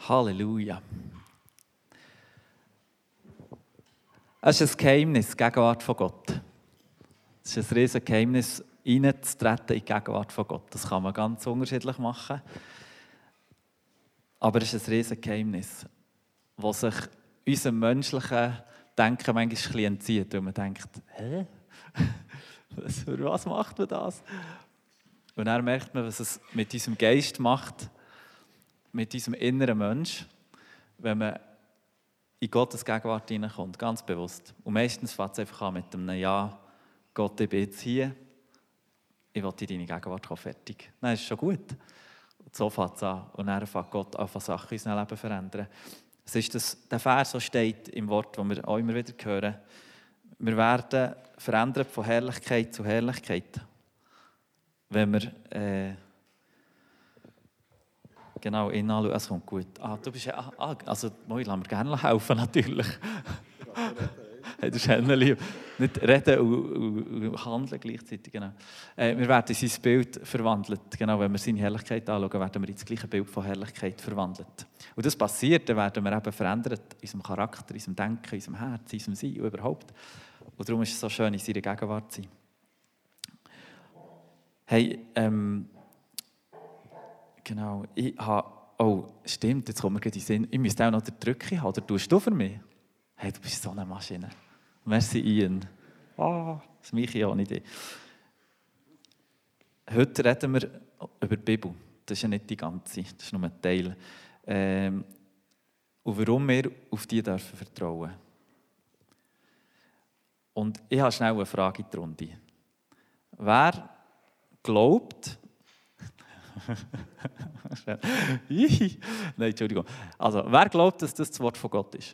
Halleluja. Es ist ein Geheimnis, die Gegenwart von Gott. Es ist ein riesiges Geheimnis, reinzutreten in die Gegenwart von Gott. Das kann man ganz unterschiedlich machen. Aber es ist ein riesiges Geheimnis, das sich unserem menschlichen Denken manchmal ein bisschen entzieht. Weil man denkt, hä? Für was macht man das? Und dann merkt man, was es mit unserem Geist macht, mit unserem inneren Mensch, wenn man in Gottes Gegenwart hineinkommt, ganz bewusst. Und meistens fängt es einfach an mit einem Ja, Gott, ich bin jetzt hier, ich will in deine Gegenwart kommen, fertig. Dann ist es schon gut. Und so fängt es an. Und dann fängt Gott an, Sachen in unserem Leben zu verändern. Es ist der Vers, der steht im Wort, das wir auch immer wieder hören. Wir werden verändert von Herrlichkeit zu Herrlichkeit. Wenn wir genau ihn anschauen, es kommt gut. Du bist ja, also ich lasse mir gerne helfen, natürlich. Das ist lieb. Nicht reden und handeln gleichzeitig. Genau. Wir werden in sein Bild verwandelt. Genau, wenn wir seine Herrlichkeit anschauen, werden wir in das gleiche Bild von Herrlichkeit verwandelt. Und das passiert, dann werden wir eben verändert in unserem Charakter, in unserem Denken, in unserem Herz, in unserem Sein und überhaupt. Und darum ist es so schön, in seiner Gegenwart zu sein. Hey, genau, ich habe... Oh, stimmt, jetzt kommt mir gerade in den Sinn. Ich müsste auch noch den Drücke haben, oder tust du für mich? Hey, du bist so eine Maschine. Merci, Ian. Das mache ich auch nicht. Heute reden wir über die Bibel. Das ist ja nicht die ganze, das ist nur ein Teil. Und warum wir auf die dürfen vertrauen. Und ich habe schnell eine Frage in die Runde. Wer glaubt... Nein, Entschuldigung. Also, wer glaubt, dass das Wort von Gott ist?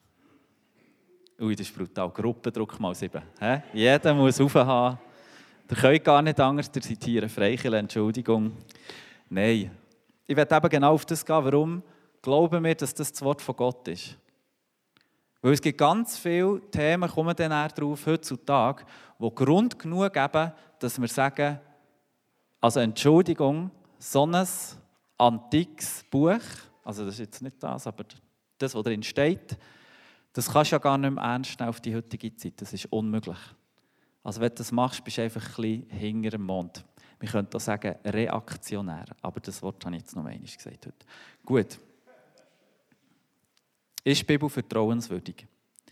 Ui, das ist brutal. Gruppendruck mal 7. Jeder muss raufhaben. Ihr könnt gar nicht anders, ihr seid hier eine Freikirche, Entschuldigung. Nein. Ich werde eben genau auf das gehen. Warum glauben wir, dass das Wort von Gott ist? Weil es gibt ganz viele Themen, kommen dann darauf heutzutage, die Grund genug geben, dass wir sagen, also Entschuldigung, so ein antikes Buch, also das ist jetzt nicht das, aber das, was darin steht, das kannst du ja gar nicht mehr ernst nehmen auf die heutige Zeit. Das ist unmöglich. Also wenn du das machst, bist du einfach ein bisschen hinter dem Mond. Wir könnten auch sagen, reaktionär. Aber das Wort habe ich jetzt noch einmal gesagt heute. Gut. Ist die Bibel vertrauenswürdig?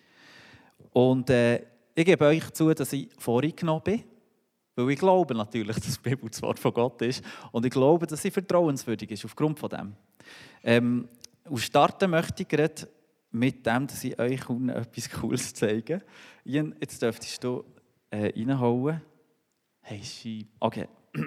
Und ich gebe euch zu, dass ich vorgenommen bin. Weil ich glaube natürlich, dass die Bibel das Wort von Gott ist. Und ich glaube, dass sie vertrauenswürdig ist, aufgrund von dem. Und starten möchte ich gerade mit dem, dass ich euch etwas Cooles zeige. Ian, jetzt dürftest du reinhauen. Hey, Schieb. Okay.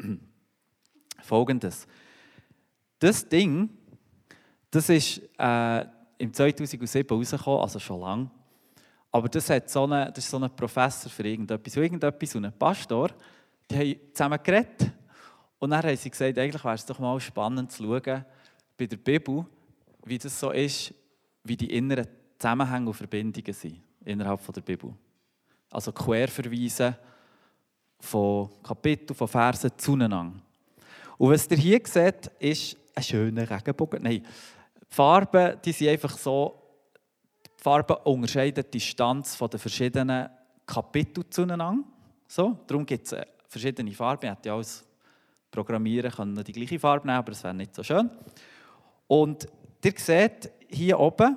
Folgendes. Das Ding, das ist im 2007 rausgekommen, also schon lange. Aber das ist so ein Professor für irgendetwas und ein Pastor, die haben zusammen geredet. Und dann haben sie gesagt, eigentlich wäre es doch mal spannend zu schauen, bei der Bibel, wie das so ist, wie die inneren Zusammenhänge und Verbindungen sind innerhalb der Bibel. Also Querverweise von Kapiteln, von Versen zueinander. Und was ihr hier seht, ist ein schöner Regenbogen. Nein, die Farben, die sind einfach so, die Farben unterscheiden die Distanz der verschiedenen Kapitel zueinander. So, darum gibt es verschiedene Farben. Ich hätte ja alles programmieren können, die gleiche Farbe nehmen, aber das wäre nicht so schön. Und ihr seht hier oben,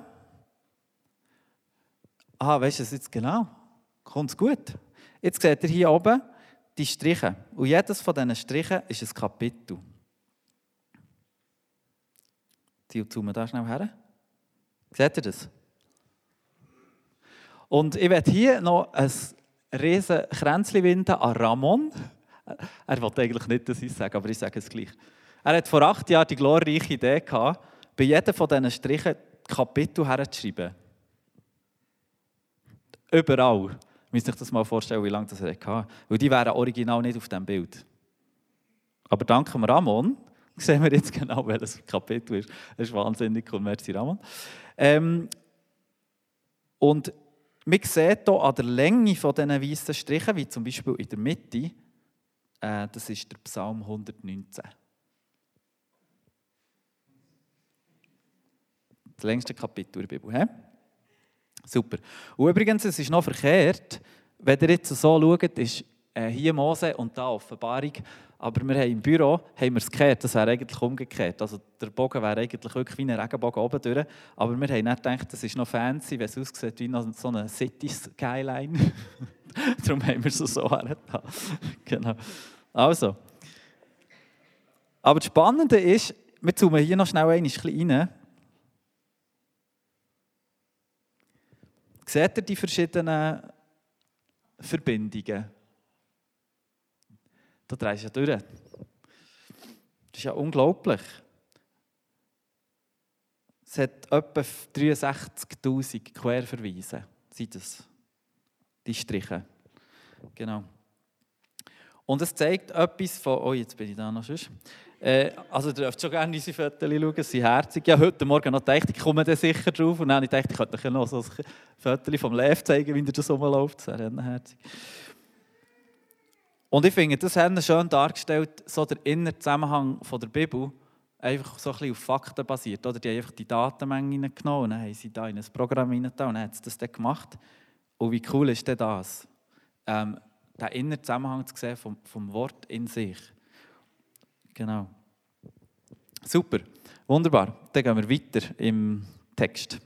weißt du das jetzt genau? Kommt es gut? Jetzt seht ihr hier oben die Striche. Und jedes von diesen Strichen ist ein Kapitel. Zoomen da schnell her. Seht ihr das? Und ich werde hier noch ein riesen Kränzchen winden an Ramon. Er wollte eigentlich nicht, dass ich es sage, aber ich sage es gleich. Er hat vor 8 Jahren die glorreiche Idee gehabt, bei jedem von diesen Strichen Kapitel herzuschreiben. Überall. Ich muss euch das mal vorstellen, wie lange das er hatte. Weil die wären original nicht auf diesem Bild. Aber dank dem Ramon sehen wir jetzt genau, welches Kapitel ist. Das ist wahnsinnig cool. Merci, Ramon. Und man sieht hier an der Länge von diesen weißen Strichen, wie zum Beispiel in der Mitte, das ist der Psalm 119. Das längste Kapitel der Bibel. He? Super. Und übrigens, es ist noch verkehrt, wenn ihr jetzt so schaut, ist hier Mose und da Offenbarung, aber wir haben im Büro es gekehrt, das wäre eigentlich umgekehrt. Also der Bogen wäre eigentlich wirklich wie ein Regenbogen oben durch, aber wir haben nicht gedacht, das ist noch fancy, wenn es aussieht wie so eine City-Skyline. Darum haben wir es so hergetan. Genau. Also. Aber das Spannende ist, wir zoomen hier noch schnell ein bisschen rein. Seht ihr die verschiedenen Verbindungen? Da drehst du ja durch. Das ist ja unglaublich. Es hat etwa 63'000 Querverweise. Sind das? Die Striche. Genau. Und es zeigt etwas von... Oh, jetzt bin ich da noch sonst. Also, ihr dürft schon gerne unsere Fotos schauen, sie sind herzig. Ja, heute Morgen noch gedacht, ich komme da sicher drauf. Und dann habe ich gedacht, ich könnte euch noch so ein Foto vom Lev zeigen, wie er das rumläuft. Das wäre herzig. Und ich finde, das haben schön dargestellt, so der innere Zusammenhang von der Bibel, einfach so ein bisschen auf Fakten basiert. Oder die haben einfach die Datenmenge genommen und dann haben sie da in ein Programm reingetan und dann hat es das dann gemacht. Und wie cool ist denn das? Den inneren Zusammenhang zu sehen vom Wort in sich. Genau. Super, wunderbar. Dann gehen wir weiter im Text.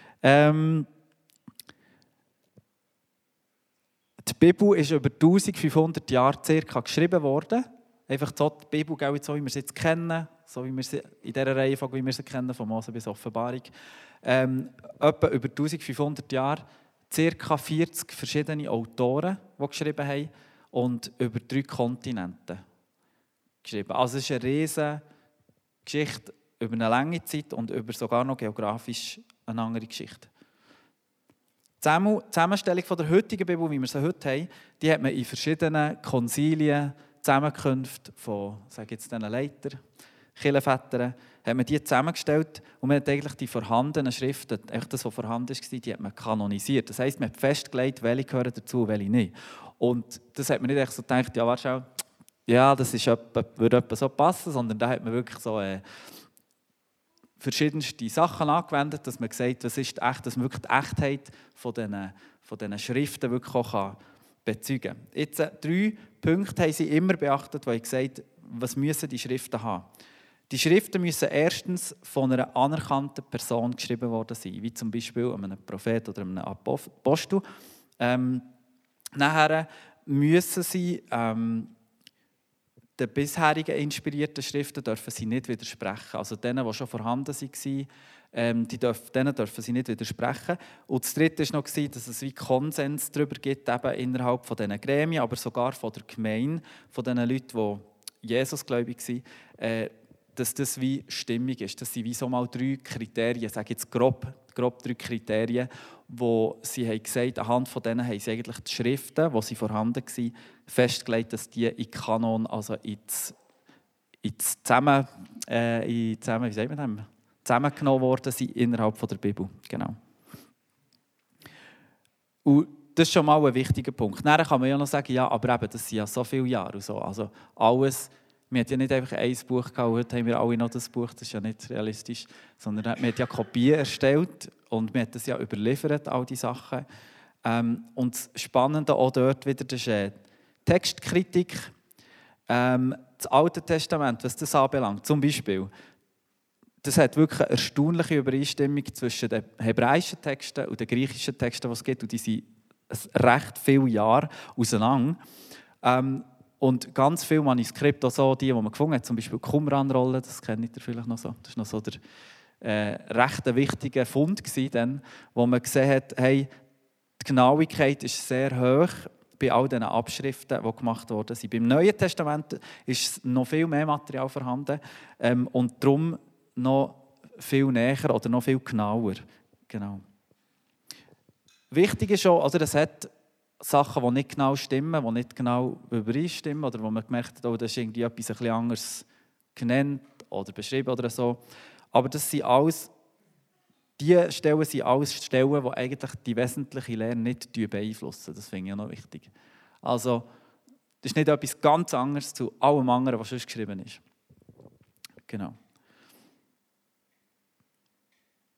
Die Bibel ist über 1500 Jahre circa geschrieben worden. Einfach so die Bibel, so wie wir sie jetzt kennen, so wie wir sie in dieser Reihenfolge, wie wir sie kennen, von Mose bis Offenbarung. Etwa über 1500 Jahre, circa 40 verschiedene Autoren, die geschrieben haben und über 3 Kontinente geschrieben. Also es ist eine riesige Geschichte über eine lange Zeit und über sogar noch geografisch eine andere Geschichte. Die Zusammenstellung von der heutigen Bibel, wie wir sie heute haben, die hat man in verschiedenen Konzilien, Zusammenkünften von, sage jetzt diesen Leitern, Kirchenvätern, hat man die zusammengestellt und man hat eigentlich die vorhandenen Schriften, das, was vorhanden war, die hat man kanonisiert. Das heisst, man hat festgelegt, welche gehören dazu und welche nicht. Und das hat man nicht echt so gedacht, ja, warte, ja, das ist würde etwa so passen, sondern da hat man wirklich so verschiedenste Sachen angewendet, dass man gesagt hat, was ist echt, dass man wirklich die Echtheit von diesen Schriften wirklich auch bezeugen kann. Jetzt 3 Punkte haben sie immer beachtet, die gesagt haben, was müssen die Schriften haben. Die Schriften müssen erstens von einer anerkannten Person geschrieben worden sein, wie zum Beispiel einem Prophet oder einem Apostel. Nachher müssen sie den bisherigen inspirierten Schriften dürfen sie nicht widersprechen. Also denen, die schon vorhanden waren, denen dürfen sie nicht widersprechen. Und das Dritte war noch, dass es wie Konsens darüber gibt, eben innerhalb von diesen Gremien, aber sogar von der Gemeinde, von den Leuten, die Jesusgläubig sind, dass das wie stimmig ist. Das sind wie so mal 3 Kriterien, ich sage jetzt grob 3 Kriterien, wo sie haben gesagt, anhand von denen haben sie eigentlich die Schriften, die sie vorhanden waren, festgelegt, dass die in Kanon, also zusammengenommen worden sind innerhalb von der Bibel. Genau. Und das ist schon mal ein wichtiger Punkt. Dann kann man ja noch sagen, ja, aber eben, das sind ja so viele Jahre und so. Also alles, wir hatten ja nicht einfach ein Buch gehabt, heute haben wir alle noch das Buch, das ist ja nicht realistisch, sondern wir haben ja Kopien erstellt und wir haben das ja überliefert, all diese Sachen. Und das Spannende auch dort wieder, das ist Textkritik. Das Alte Testament, was das anbelangt, zum Beispiel, das hat wirklich eine erstaunliche Übereinstimmung zwischen den hebräischen Texten und den griechischen Texten, die es gibt, und die sind recht viele Jahre auseinander. Und ganz viele Manuskripte, auch so die man gefunden hat, zum Beispiel die Qumran-Rolle, das kennt ihr vielleicht noch so, das war noch so der recht wichtige Fund gewesen, wo man gesehen hat, hey, die Genauigkeit ist sehr hoch bei all diesen Abschriften, die gemacht worden sind. Beim Neuen Testament ist noch viel mehr Material vorhanden und darum noch viel näher oder noch viel genauer. Genau. Wichtig ist auch, also das hat Sachen, die nicht genau stimmen, die nicht genau übereinstimmen oder wo man gemerkt hat, oh, das ist irgendwie etwas ein bisschen anderes genannt oder beschrieben oder so. Aber das sind alles, diese Stellen sind alles Stellen, die eigentlich die wesentliche Lehre nicht beeinflussen. Das finde ich auch noch wichtig. Also, das ist nicht etwas ganz anderes zu allem anderen, was sonst geschrieben ist. Genau.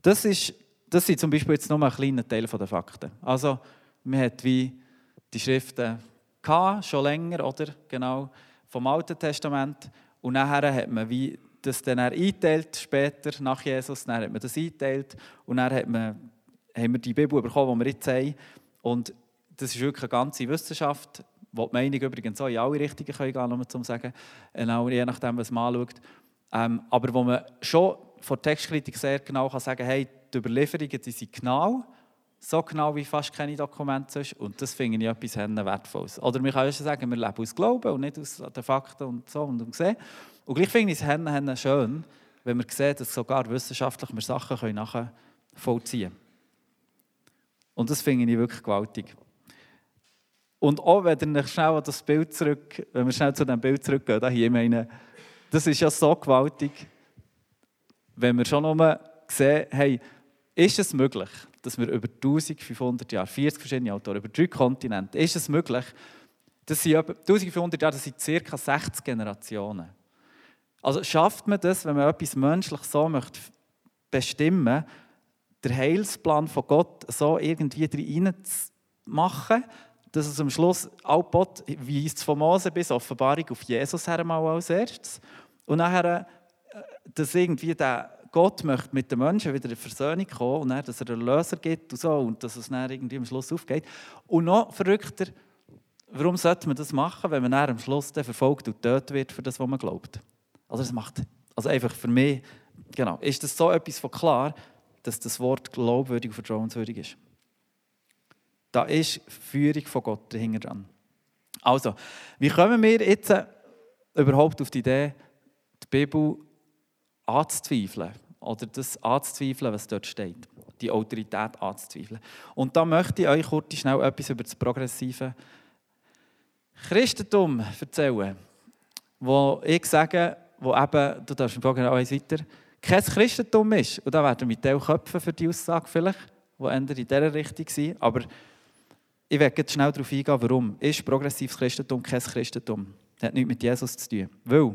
Das sind zum Beispiel jetzt nur ein kleiner Teil der Fakten. Also, man hat wie die Schriften gehabt, schon länger, oder? Genau, vom Alten Testament. Und nachher hat man wie das dann eingeteilt, später, nach Jesus, dann hat man das eingeteilt. Und dann haben wir die Bibel bekommen, die wir jetzt haben. Und das ist wirklich eine ganze Wissenschaft, wo die Meinung übrigens auch in alle Richtungen gehen kann, um zu sagen, genau, je nachdem, was man anschaut. Aber wo man schon von der Textkritik sehr genau kann sagen kann, hey, die Überlieferungen die sind genau, so genau wie fast keine Dokumente sonst. Und das finde ich etwas Wertvolles. Oder man kann auch sagen, wir leben aus Glauben und nicht aus den Fakten und so und sehen. Und gleich finde ich es schön, wenn wir sehen, dass sogar wissenschaftlich wir Sachen nachvollziehen können. Und das finde ich wirklich gewaltig. Und auch wenn wir schnell an das Bild wenn wir schnell zu diesem Bild zurückgehen, da hier, meine, das ist ja so gewaltig, wenn wir schon einmal sehen, hey, ist es möglich, dass wir über 1500 Jahre, 40 verschiedene Autoren, über 3 Kontinente, ist es möglich, dass sie über 1500 Jahre, das sind ca. 60 Generationen. Also schafft man das, wenn man etwas menschlich so möchte bestimmen, den Heilsplan von Gott so irgendwie reinzumachen, dass es am Schluss auch Gott weist von Mose bis Offenbarung auf Jesus her mal als erstes. Und nachher, dass irgendwie der Gott möchte mit den Menschen wieder in Versöhnung kommen und dann, dass er einen Erlöser gibt und so und dass es dann irgendwie am Schluss aufgeht. Und noch verrückter, warum sollte man das machen, wenn man dann am Schluss dann verfolgt und tötet wird für das, was man glaubt? Also das macht, also einfach für mich, genau, ist das so etwas von klar, dass das Wort glaubwürdig und vertrauenswürdig ist. Da ist Führung von Gott dahinter dran. Also, wie kommen wir jetzt überhaupt auf die Idee, die Bibel anzuzweifeln oder das anzuzweifeln, was dort steht, die Autorität anzuzweifeln? Und da möchte ich euch kurz schnell etwas über das progressive Christentum erzählen, wo ich sage, wo eben, du darfst im Bogen auch weiter, kein Christentum ist. Und da werden wir Köpfe für die Aussage vielleicht, die eher in dieser Richtung sind. Aber ich werde jetzt schnell darauf eingehen, warum. Ist progressives Christentum kein Christentum? Das hat nichts mit Jesus zu tun. Weil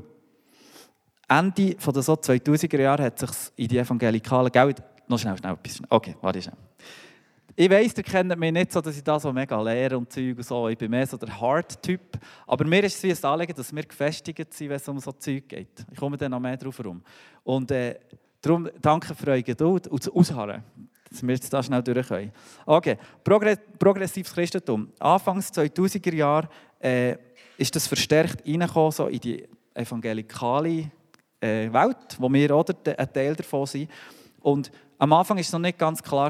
Ende der so 2000er Jahre hat sich in die evangelikalen Geld noch schnell etwas. Okay, warte schnell. Ich weiss, ihr kennt mich nicht so, dass ich da so mega lehre und Zeug und so. Ich bin mehr so der Hard-Typ. Aber mir ist es wie ein Anliegen, dass wir gefestigt sind, wenn es um so Zeug geht. Ich komme dann noch mehr drauf herum. Und darum danke für eure Geduld und das Ausharren, dass wir jetzt da schnell durch können. Okay, progressives Christentum. Anfangs 2000er Jahre ist das verstärkt reingekommen so in die evangelikale Welt, wo wir oder ein Teil davon sind. Und am Anfang war es noch nicht ganz klar,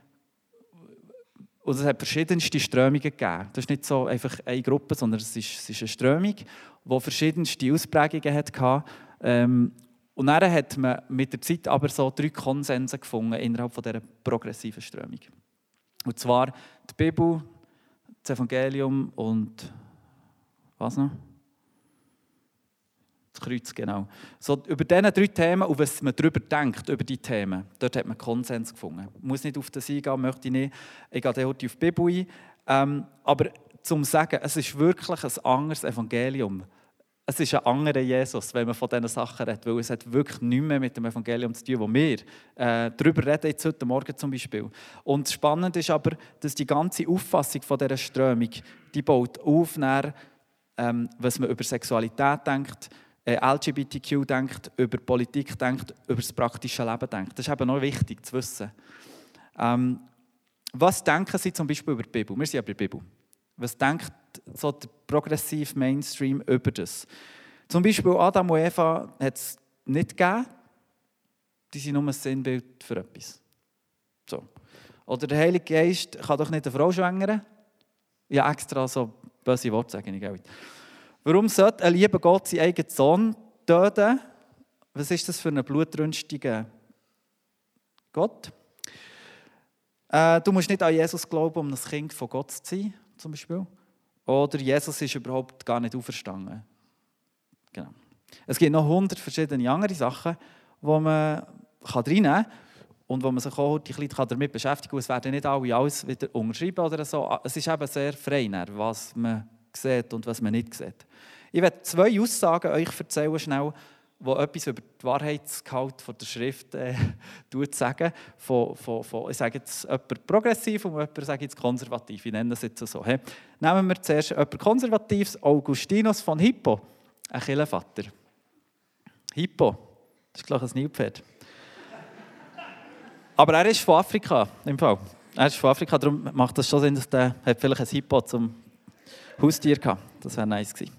und es hat verschiedenste Strömungen gegeben. Das ist nicht so einfach eine Gruppe, sondern es ist eine Strömung, die verschiedenste Ausprägungen hatte. Und dann hat man mit der Zeit aber so 3 Konsense gefunden innerhalb von dieser progressiven Strömung. Und zwar die Bibel, das Evangelium und was noch? Das Kreuz, genau. So, über diese 3 Themen und was man darüber denkt, über die Themen, dort hat man Konsens gefunden. Ich muss nicht auf das eingehen, möchte ich nicht. Ich gehe heute auf die Bibel ein. Aber zum sagen, es ist wirklich ein anderes Evangelium. Es ist ein anderer Jesus, wenn man von diesen Sachen redet, weil es hat wirklich nichts mehr mit dem Evangelium zu tun, wo wir darüber reden, jetzt heute Morgen zum Beispiel. Und spannend ist aber, dass die ganze Auffassung von dieser Strömung, die baut auf, was man über Sexualität denkt, LGBTQ denkt, über Politik denkt, über das praktische Leben denkt. Das ist eben noch wichtig zu wissen. Was denken Sie zum Beispiel über die Bibel? Wir sind ja bei der Bibel. Was denkt so der progressive Mainstream über das? Zum Beispiel Adam und Eva hat es nicht gegeben. Die sind nur ein Sinnbild für etwas. So. Oder der Heilige Geist kann doch nicht eine Frau schwängern? Ja, extra so böse Worte sagen, ich nicht. Warum sollte ein lieber Gott seinen eigenen Sohn töten? Was ist das für ein blutrünstiger Gott? Du musst nicht an Jesus glauben, um ein Kind von Gott zu sein, zum Beispiel. Oder Jesus ist überhaupt gar nicht auferstanden. Genau. Es gibt noch 100 verschiedene andere Sachen, die man reinnehmen kann und wo man sich auch ein bisschen damit beschäftigen kann. Es werden nicht alle alles wieder unterschreiben oder so. Es ist eben sehr frei, was man sieht und was man nicht sieht. Ich werde 2 Aussagen euch erzählen, schnell, wo etwas über den Wahrheitsgehalt von der Schrift sagen, ich sage jetzt jemand progressiv und jemand sage jetzt konservativ. Ich nenne das jetzt so. He? Nehmen wir zuerst jemand Konservatives, Augustinus von Hippo, ein Kirchenvater. Hippo, das ist gleich ein Nilpferd. Aber er ist von Afrika, im Fall. Er ist von Afrika, darum macht das schon Sinn, dass der vielleicht ein Hippo zum Haustier hatte. Das wäre nice gewesen.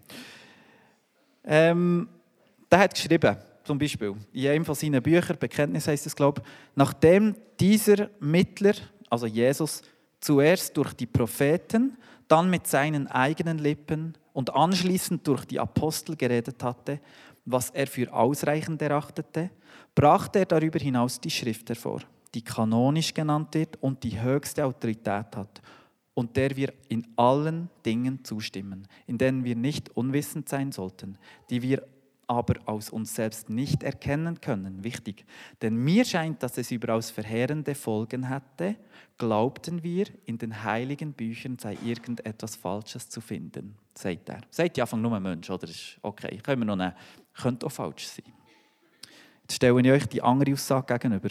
Der hat geschrieben, zum Beispiel, in einem von seinen Büchern, Bekenntnis heisst es, glaube ich, nachdem dieser Mittler, also Jesus, zuerst durch die Propheten, dann mit seinen eigenen Lippen und anschließend durch die Apostel geredet hatte, was er für ausreichend erachtete, brachte er darüber hinaus die Schrift hervor, die kanonisch genannt wird und die höchste Autorität hat und der wir in allen Dingen zustimmen, in denen wir nicht unwissend sein sollten, die wir aber aus uns selbst nicht erkennen können. Wichtig. Denn mir scheint, dass es überaus verheerende Folgen hätte, glaubten wir, in den heiligen Büchern sei irgendetwas Falsches zu finden, sagt er. Sagt ja einfach nur ein Mensch, oder? Ist okay, können wir noch nehmen. Könnte auch falsch sein. Jetzt stelle ich euch die andere Aussage gegenüber.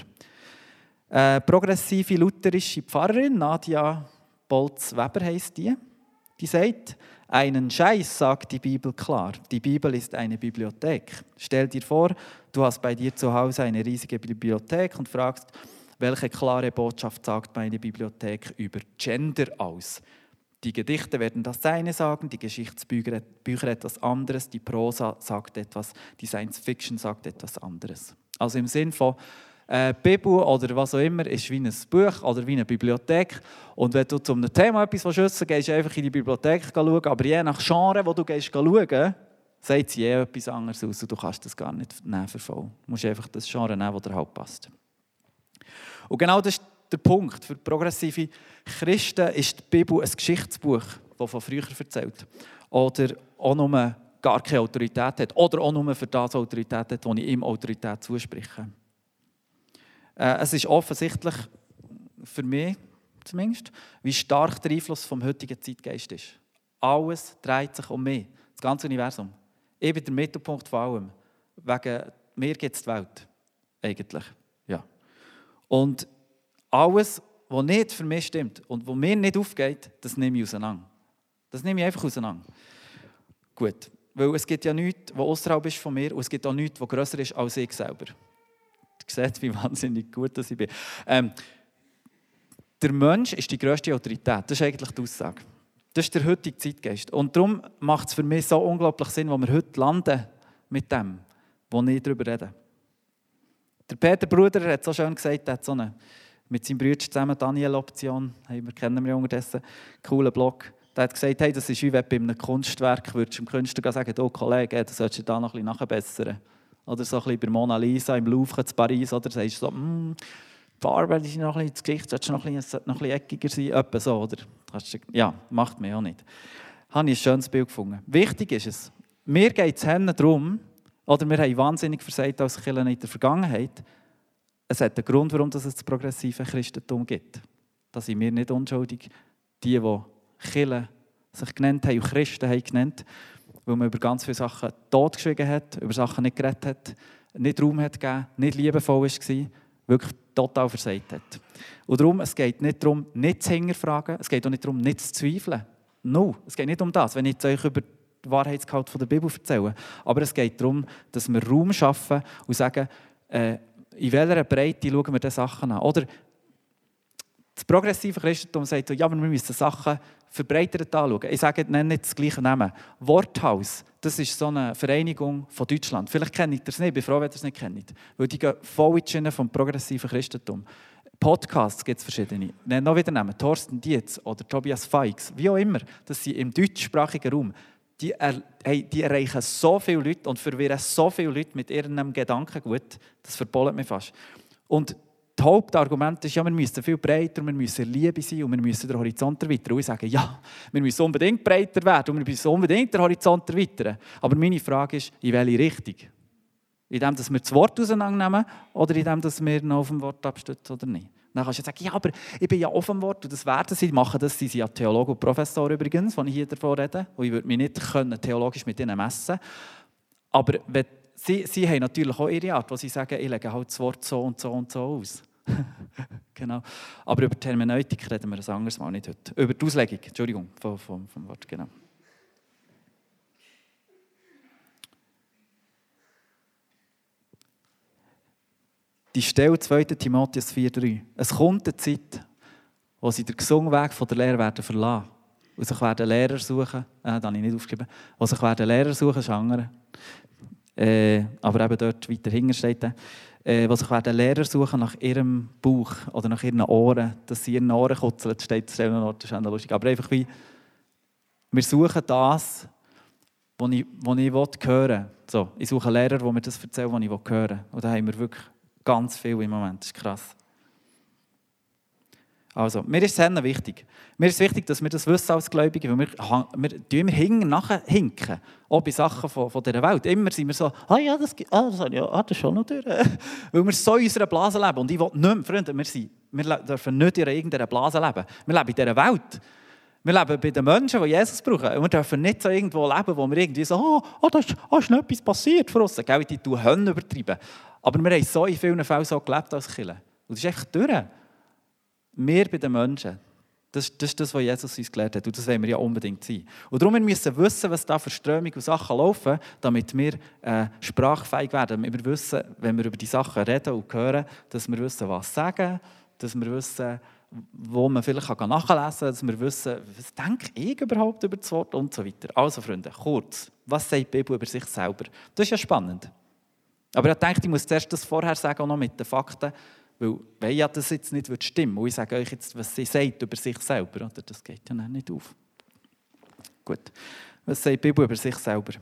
Progressive lutherische Pfarrerin, Nadia Bolz-Weber heisst die sagt, einen Scheiß sagt die Bibel klar. Die Bibel ist eine Bibliothek. Stell dir vor, du hast bei dir zu Hause eine riesige Bibliothek und fragst, welche klare Botschaft sagt meine Bibliothek über Gender aus? Die Gedichte werden das eine sagen, die Geschichtsbücher etwas anderes, die Prosa sagt etwas, die Science Fiction sagt etwas anderes. Also im Sinn von Bibel oder was auch immer ist wie ein Buch oder wie eine Bibliothek. Und wenn du zu einem Thema etwas wissen, gehst du einfach in die Bibliothek schauen. Aber je nach Genre, wo du schauen, sagt sie etwas anderes aus und du kannst das gar nicht verfolgen. Du musst einfach das Genre nehmen, das dir halt passt. Und genau das ist der Punkt. Für progressive Christen ist die Bibel ein Geschichtsbuch, das von früher erzählt. Oder auch nur gar keine Autorität hat. Oder auch nur für das Autorität hat, wo ich ihm Autorität zuspreche. Es ist offensichtlich, für mich zumindest, wie stark der Einfluss vom heutigen Zeitgeist ist. Alles dreht sich um mich, das ganze Universum. Ich bin der Mittelpunkt von allem. Wegen mir gibt es die Welt, eigentlich. Ja. Und alles, was nicht für mich stimmt und was mir nicht aufgeht, das nehme ich auseinander. Das nehme ich einfach auseinander. Gut, weil es gibt ja nichts, was außerhalb ist von mir und es gibt auch nichts, was grösser ist als ich selber. Ihr seht, wie wahnsinnig gut ich bin. Der Mensch ist die grösste Autorität. Das ist eigentlich die Aussage. Das ist der heutige Zeitgeist. Und darum macht es für mich so unglaublich Sinn, wo wir heute landen mit dem, wo ich darüber rede. Der Peter Bruder hat so schön gesagt, er hat so eine, mit seinem Bruder zusammen Daniel-Option, kennen wir unterdessen, einen coolen Blog. Der hat gesagt, hey, das ist wie wenn du bei einem Kunstwerk würdest dem Künstler sagen, oh Kollege, das solltest du da noch ein bisschen nachbessern. Oder so ein bisschen bei Mona Lisa im Louvre in Paris, oder sagst du so, die Farbe ist noch ein bisschen, das Gesicht sollte noch ein bisschen eckiger sein, etwa so, oder? Ja, macht mir auch nicht. Habe ich ein schönes Bild gefunden. Wichtig ist es, mir geht es darum, oder wir haben wahnsinnig versagt als Kirche in der Vergangenheit, es hat einen Grund, warum es das progressive Christentum gibt. Da sind wir nicht unschuldig, die Kirche sich genannt haben und Christen haben genannt, weil man über ganz viele Sachen totgeschwiegen hat, über Sachen nicht geredet hat, nicht Raum hat gegeben, nicht liebevoll war, wirklich total versagt hat. Und darum, es geht nicht darum, nicht zu hinterfragen, es geht auch nicht darum, nicht zu zweifeln. No, es geht nicht um das, wenn ich jetzt euch über den Wahrheitsgehalt der Bibel erzähle. Aber es geht darum, dass wir Raum schaffen und sagen, in welcher Breite schauen wir diese Sachen an. Oder das progressive Christentum sagt so, ja, aber wir müssen Sachen verbreitert anschauen. Ich sage, nenne nicht das gleiche Namen. Worthaus, das ist so eine Vereinigung von Deutschland. Vielleicht kennt ihr es nicht, ich bin froh, wenn ihr es nicht kennt. Weil die gehen voll in die Schiene vom progressiven Christentum. Podcasts gibt es verschiedene. Ich nenne noch wieder Namen. Thorsten Dietz oder Tobias Feix, wie auch immer. Das sind im deutschsprachigen Raum. Die erreichen so viele Leute und verwirren so viele Leute mit ihrem Gedankengut, das verbollet mich fast. Und das Hauptargument ist, ja, wir müssen viel breiter, wir müssen in Liebe sein und wir müssen den Horizont erweitern. Und ich sage, ja, wir müssen unbedingt breiter werden und wir müssen unbedingt den Horizont erweitern. Aber meine Frage ist, in welche Richtung? In dem, dass wir das Wort auseinandernehmen oder in dem, dass wir noch auf dem Wort abstützen oder nicht? Dann kannst du sagen, ja, aber ich bin ja auf dem Wort und das werden sie machen. Das sind ja Theologen und Professoren übrigens, die ich hier davon rede. Und ich würde mich nicht theologisch mit ihnen messen. Aber wenn sie haben natürlich auch ihre Art, wo sie sagen, ich lege halt das Wort so und so und so aus. Genau. Aber über die Hermeneutik reden wir ein anderes Mal, nicht heute. Über die Auslegung, Entschuldigung, vom Wort, genau. Die Stelle 2. Timotheus 4,3. Es kommt eine Zeit, wo sie den gesungenen Weg von der Lehre werden verlassen und sich werden Lehrer suchen. Das habe ich nicht aufgeschrieben. Wo sich werden Lehrer suchen, Schangere. Aber eben dort weiter hinten steht, wo sich werden Lehrer suchen nach ihrem Bauch oder nach ihren Ohren, dass sie ihren Ohren kutzeln, das steht das ist lustig. Aber einfach wie, wir suchen das, was ich hören will. So, ich suche Lehrer, die mir das erzählen, was ich hören will. Und da haben wir wirklich ganz viel im Moment, das ist krass. Also, mir ist es sehr wichtig. Mir ist es wichtig, dass wir das wissen als Gläubige, weil wir nachher hinken, auch bei Sachen von dieser Welt. Immer sind wir so, das ist schon noch durch. Weil wir so in unserer Blase leben. Und ich will nicht mehr, Freunde, wir dürfen nicht in irgendeiner Blase leben. Wir leben in dieser Welt. Wir leben bei den Menschen, die Jesus brauchen. Und wir dürfen nicht so irgendwo leben, wo wir irgendwie so, da ist noch etwas passiert für uns. Gell, die Hölle übertreiben. Aber wir haben so in vielen Fällen so gelebt als Kirche. Und das ist echt durch. Wir bei den Menschen, das ist das, was Jesus uns gelehrt hat. Und das wollen wir ja unbedingt sein. Und darum müssen wir wissen, was da für Strömungen und Sachen laufen, damit wir sprachfähig werden. Damit wir wissen, wenn wir über die Sachen reden und hören, dass wir wissen, was sagen, dass wir wissen, wo man vielleicht nachlesen kann, dass wir wissen, was denke ich überhaupt über das Wort und so weiter. Also Freunde, kurz, was sagt die Bibel über sich selber? Das ist ja spannend. Aber ich denke, ich muss zuerst das vorher sagen, auch noch mit den Fakten, weil wenn ja das jetzt nicht stimmen würde, und ich sage euch jetzt, was sie sagt über sich selber, oder? Das geht ja nicht auf. Gut, was sagt die Bibel über sich selber?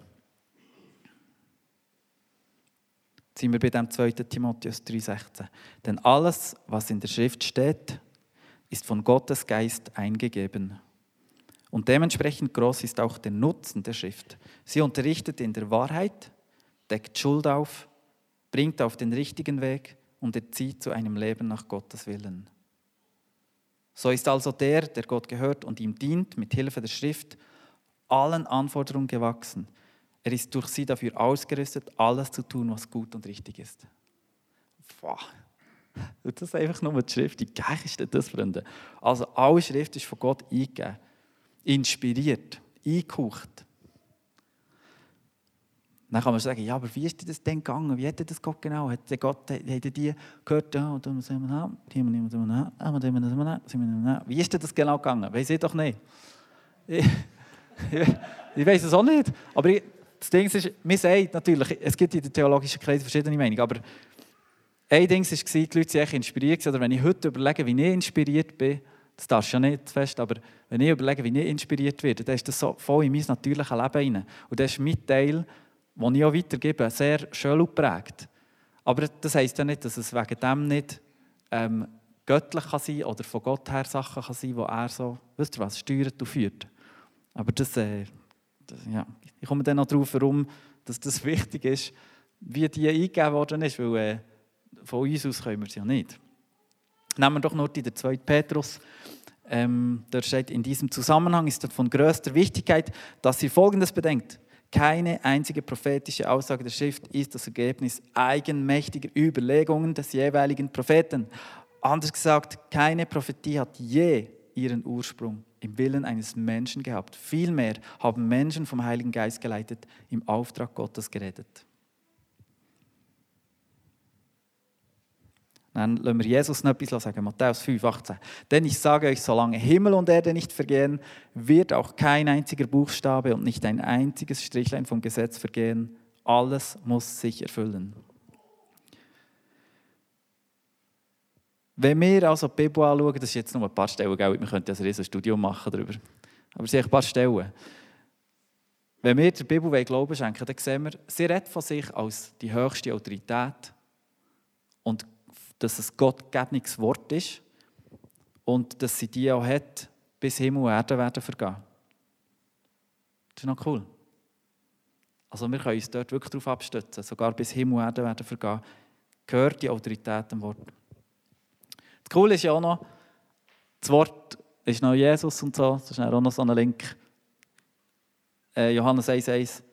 Jetzt sind wir bei dem 2. Timotheus 3,16. Denn alles, was in der Schrift steht, ist von Gottes Geist eingegeben. Und dementsprechend groß ist auch der Nutzen der Schrift. Sie unterrichtet in der Wahrheit, deckt Schuld auf, bringt auf den richtigen Weg und erzieht zu einem Leben nach Gottes Willen. So ist also der Gott gehört und ihm dient, mit Hilfe der Schrift, allen Anforderungen gewachsen. Er ist durch sie dafür ausgerüstet, alles zu tun, was gut und richtig ist. Boah. Das ist einfach nur die Schrift. Wie geil ist das, Freunde? Also alle Schrift ist von Gott eingegeben, inspiriert, eingehaucht. Dann kann man sagen, ja, aber wie ist das denn gegangen? Wie hat das Gott genau? Hat die gehört, wie ist das genau gegangen? Weiss ich doch nicht. Ich weiss es auch nicht. Aber das Ding ist, man sagt natürlich, es gibt in den theologischen Kreisen verschiedene Meinungen, aber ein Ding war, die Leute waren inspiriert. Oder wenn ich heute überlege, wie ich inspiriert bin, das darfst du ja nicht fest, aber wenn ich überlege, wie ich inspiriert werde, dann ist das so voll in mein natürliches Leben rein. Und das ist mein Teil, den ich auch weitergebe, sehr schön geprägt. Aber das heisst ja nicht, dass es wegen dem nicht göttlich kann sein oder von Gott her Sachen kann sein, die er so, wisst ihr was, steuert und führt. Aber ja, ich komme dann noch darauf, warum das wichtig ist, wie die eingegeben worden ist, weil von uns aus können wir es ja nicht. Nehmen wir doch nur den 2. Petrus. Da steht, in diesem Zusammenhang ist es von größter Wichtigkeit, dass ihr Folgendes bedenkt. Keine einzige prophetische Aussage der Schrift ist das Ergebnis eigenmächtiger Überlegungen des jeweiligen Propheten. Anders gesagt, keine Prophetie hat je ihren Ursprung im Willen eines Menschen gehabt. Vielmehr haben Menschen vom Heiligen Geist geleitet, im Auftrag Gottes geredet. Dann lassen wir Jesus noch etwas sagen, Matthäus 5,18. Denn ich sage euch, solange Himmel und Erde nicht vergehen, wird auch kein einziger Buchstabe und nicht ein einziges Strichlein vom Gesetz vergehen. Alles muss sich erfüllen. Wenn wir also die Bibel anschauen, das ist jetzt nur ein paar Stellen, wir könnten ein riesiges Studium machen darüber, aber es sind ein paar Stellen. Wenn wir der Bibel Glauben schenken, dann sehen wir, sie redet von sich als die höchste Autorität und dass es Gott gegebenes Wort ist und dass sie die auch hat, bis Himmel und Erde werden vergehen. Das ist noch cool. Also wir können uns dort wirklich darauf abstützen, sogar bis Himmel und Erde werden vergehen, gehört die Autorität dem Wort. Das Coole ist ja auch noch, das Wort ist noch Jesus und so, das ist auch noch so ein Link. Johannes 1,1.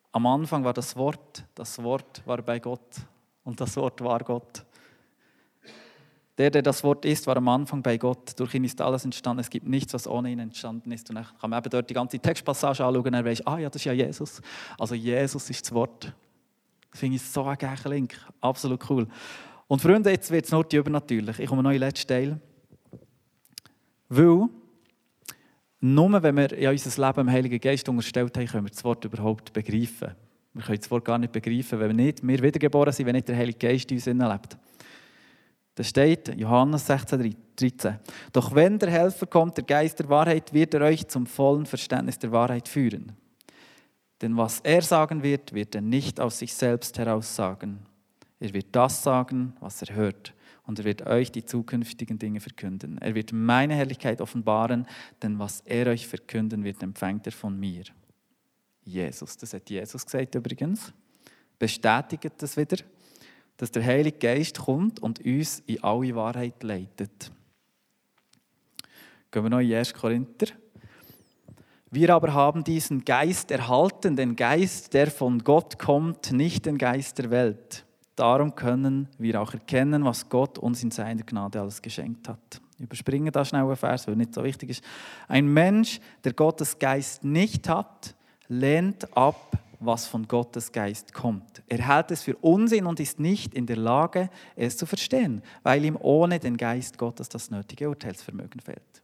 Am Anfang war das Wort war bei Gott und das Wort war Gott. Der das Wort ist, war am Anfang bei Gott. Durch ihn ist alles entstanden. Es gibt nichts, was ohne ihn entstanden ist. Und dann kann man eben dort die ganze Textpassage anschauen und dann weiss, ja, das ist ja Jesus. Also Jesus ist das Wort. Das finde ich so ein geiler Link. Absolut cool. Und Freunde, jetzt wird es nur übernatürlich. Ich komme noch in den letzten Teil. Weil, nur wenn wir in unser Leben dem Heiligen Geist unterstellt haben, können wir das Wort überhaupt begreifen. Wir können das Wort gar nicht begreifen, wenn wir wiedergeboren sind, wenn nicht der Heilige Geist in uns lebt. Da steht, Johannes 16, 13. Doch wenn der Helfer kommt, der Geist der Wahrheit, wird er euch zum vollen Verständnis der Wahrheit führen. Denn was er sagen wird, wird er nicht aus sich selbst heraus sagen. Er wird das sagen, was er hört. Und er wird euch die zukünftigen Dinge verkünden. Er wird meine Herrlichkeit offenbaren, denn was er euch verkünden wird, empfängt er von mir. Jesus, das hat Jesus gesagt übrigens. Bestätigt das wieder, dass der Heilige Geist kommt und uns in alle Wahrheit leitet. Gehen wir noch in 1. Korinther. Wir aber haben diesen Geist erhalten, den Geist, der von Gott kommt, nicht den Geist der Welt. Darum können wir auch erkennen, was Gott uns in seiner Gnade alles geschenkt hat. Ich überspringe da schnell einen Vers, weil nicht so wichtig ist. Ein Mensch, der Gottes Geist nicht hat, lehnt ab, was von Gottes Geist kommt. Er hält es für Unsinn und ist nicht in der Lage, es zu verstehen, weil ihm ohne den Geist Gottes das nötige Urteilsvermögen fehlt.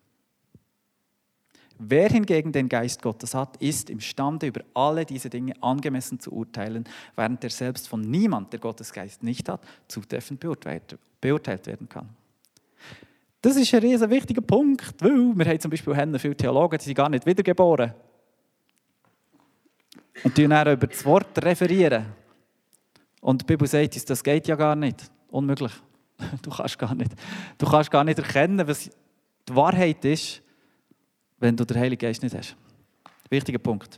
Wer hingegen den Geist Gottes hat, ist imstande, über alle diese Dinge angemessen zu urteilen, während er selbst von niemand, der Gottes Geist nicht hat, zutreffend beurteilt werden kann. Das ist ein riesen wichtiger Punkt, weil wir haben zum Beispiel viele Theologen, die sind gar nicht wiedergeboren. Und die dann über das Wort referieren. Und die Bibel sagt uns, das geht ja gar nicht. Unmöglich. Du kannst gar nicht erkennen, was die Wahrheit ist, wenn du den Heiligen Geist nicht hast. Wichtiger Punkt.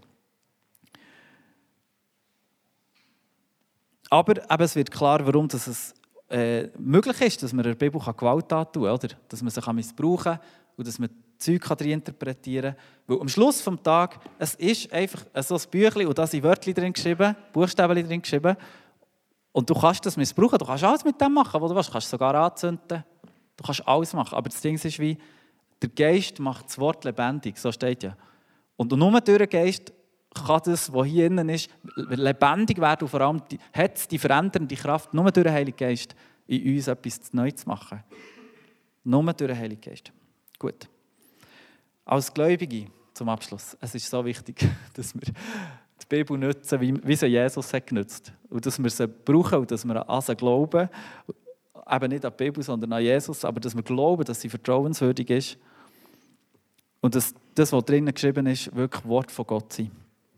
Aber eben, es wird klar, warum es möglich ist, dass man der Bibel Gewalt antun kann, oder? Dass man sie missbrauchen kann und dass man Zeug reinterpretieren kann. Weil am Schluss des Tages, es ist einfach so ein Büchlein und da sind Wörter drin geschrieben, Buchstaben drin geschrieben. Und du kannst das missbrauchen, du kannst alles mit dem machen, was du willst. Du kannst sogar anzünden, du kannst alles machen. Aber das Ding ist wie, der Geist macht das Wort lebendig, so steht ja. Und nur durch den Geist kann das, was hier innen ist, lebendig werden und vor allem hat es die verändernde Kraft, nur durch den Heiligen Geist in uns etwas Neues zu machen. Nur durch den Heiligen Geist. Gut. Als Gläubige, zum Abschluss, es ist so wichtig, dass wir die Bibel nutzen, wie sie Jesus hat genutzt. Und dass wir sie brauchen und dass wir an sie glauben. Eben nicht an die Bibel, sondern an Jesus, aber dass wir glauben, dass sie vertrauenswürdig ist. Und dass das, was drinnen geschrieben ist, wirklich Wort von Gott sind.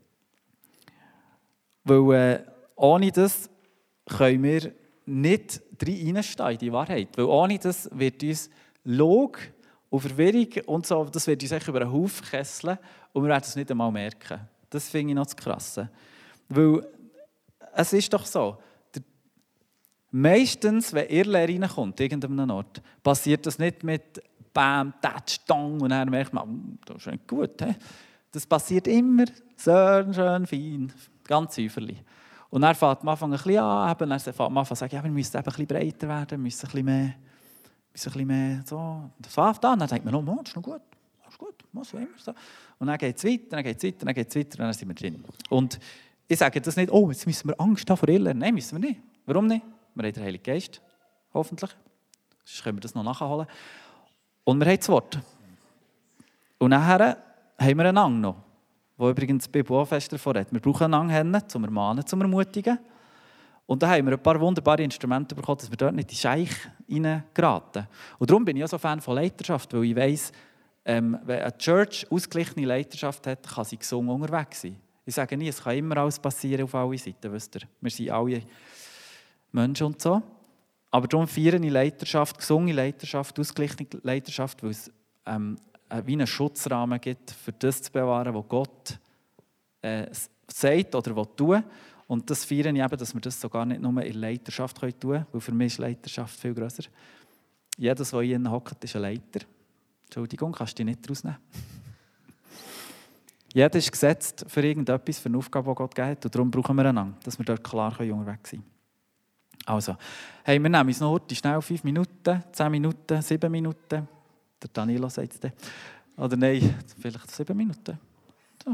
Weil ohne das können wir nicht reinstehen in die Wahrheit. Weil ohne das wird uns Log und Verwirrung und so, das wird uns über einen Haufen kesseln und wir werden es nicht einmal merken. Das finde ich noch das Krasse. Weil es ist doch so, meistens, wenn Irrlehre reinkommt, irgendeinem Ort, passiert das nicht mit Bam, Tatsch, Dong und dann merkt man, das ist nicht gut. He? Das passiert immer sehr schön, fein, ganz säuferlich. Und dann fängt man ein bisschen an, dann fängt man an zu sagen, ja, wir müssen ein bisschen breiter werden, wir müssen ein bisschen mehr so. Das fängt an, dann denkt man, oh, das ist noch gut, das ist gut, was immer so. Und dann geht es weiter, und dann sind wir drin. Und ich sage das nicht, oh, jetzt müssen wir Angst haben vor Irrlehren. Nein, müssen wir nicht. Warum nicht? Wir haben den Heiligen Geist, hoffentlich. Sonst können wir das noch nachholen. Und wir haben das Wort. Und nachher haben wir einen Ang noch, wo übrigens die Bibel auch fest davon redet. Wir brauchen einen Ang zum Ermahnen, zum Ermutigen. Und da haben wir ein paar wunderbare Instrumente bekommen, dass wir dort nicht in die Scheich reingeraten. Und darum bin ich auch so Fan von Leiterschaft, weil ich weiss, wenn eine Church ausgeglichene Leiterschaft hat, kann sie gesund unterwegs sein. Ich sage nie, es kann immer alles passieren auf alle Seiten, wisst ihr. Wir sind alle Menschen und so. Aber darum feiere ich Leiterschaft, gesunde Leiterschaft, ausgeglichene Leiterschaft, weil es wie einen Schutzrahmen gibt, für das zu bewahren, was Gott sagt oder tun. Und das feiere ich eben, dass wir das sogar nicht nur in Leiterschaft tun können, weil für mich ist Leiterschaft viel grösser. Jedes, der hier hockt, ist ein Leiter. Entschuldigung, kannst du dich nicht rausnehmen. Jeder ist gesetzt für irgendetwas, für eine Aufgabe, die Gott gegeben hat. Und darum brauchen wir einander, dass wir dort klar unterwegs sein können. Also, hey, wir nehmen uns noch heute schnell 5 Minuten, 10 Minuten, 7 Minuten. Der Danilo sagt es dann. Oder nein, vielleicht 7 Minuten. So,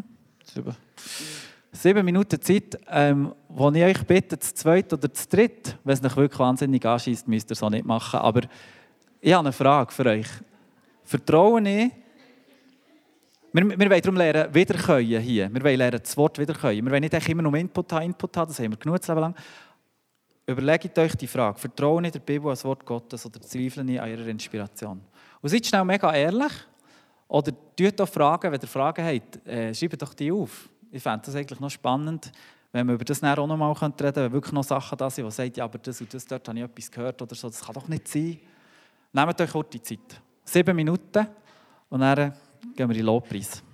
7 Minuten Zeit, wo ich euch bitte, zu zweit oder zu dritt, wenn es euch wirklich wahnsinnig anschießt, müsst ihr es auch nicht machen. Aber ich habe eine Frage für euch. Vertraue ich? Wir wollen darum lernen, wiederkäuen hier. Wir wollen lernen, das Wort wiederkäuen. Wir wollen nicht immer nur Input haben, das haben wir genug das Leben lang. Überlegt euch die Frage, vertraue ich der Bibel als Wort Gottes oder zweifle ich an ihrer Inspiration? Und seid schnell mega ehrlich. Oder tut auch Fragen, wenn ihr Fragen habt, schreibt doch die auf. Ich fände das eigentlich noch spannend, wenn wir über das auch noch mal reden könnten, wenn wirklich noch Sachen da sind, die sagen, ja, aber das und das, dort habe ich etwas gehört oder so. Das kann doch nicht sein. Nehmt euch kurz die Zeit. 7 Minuten und dann gehen wir in den Lobpreis.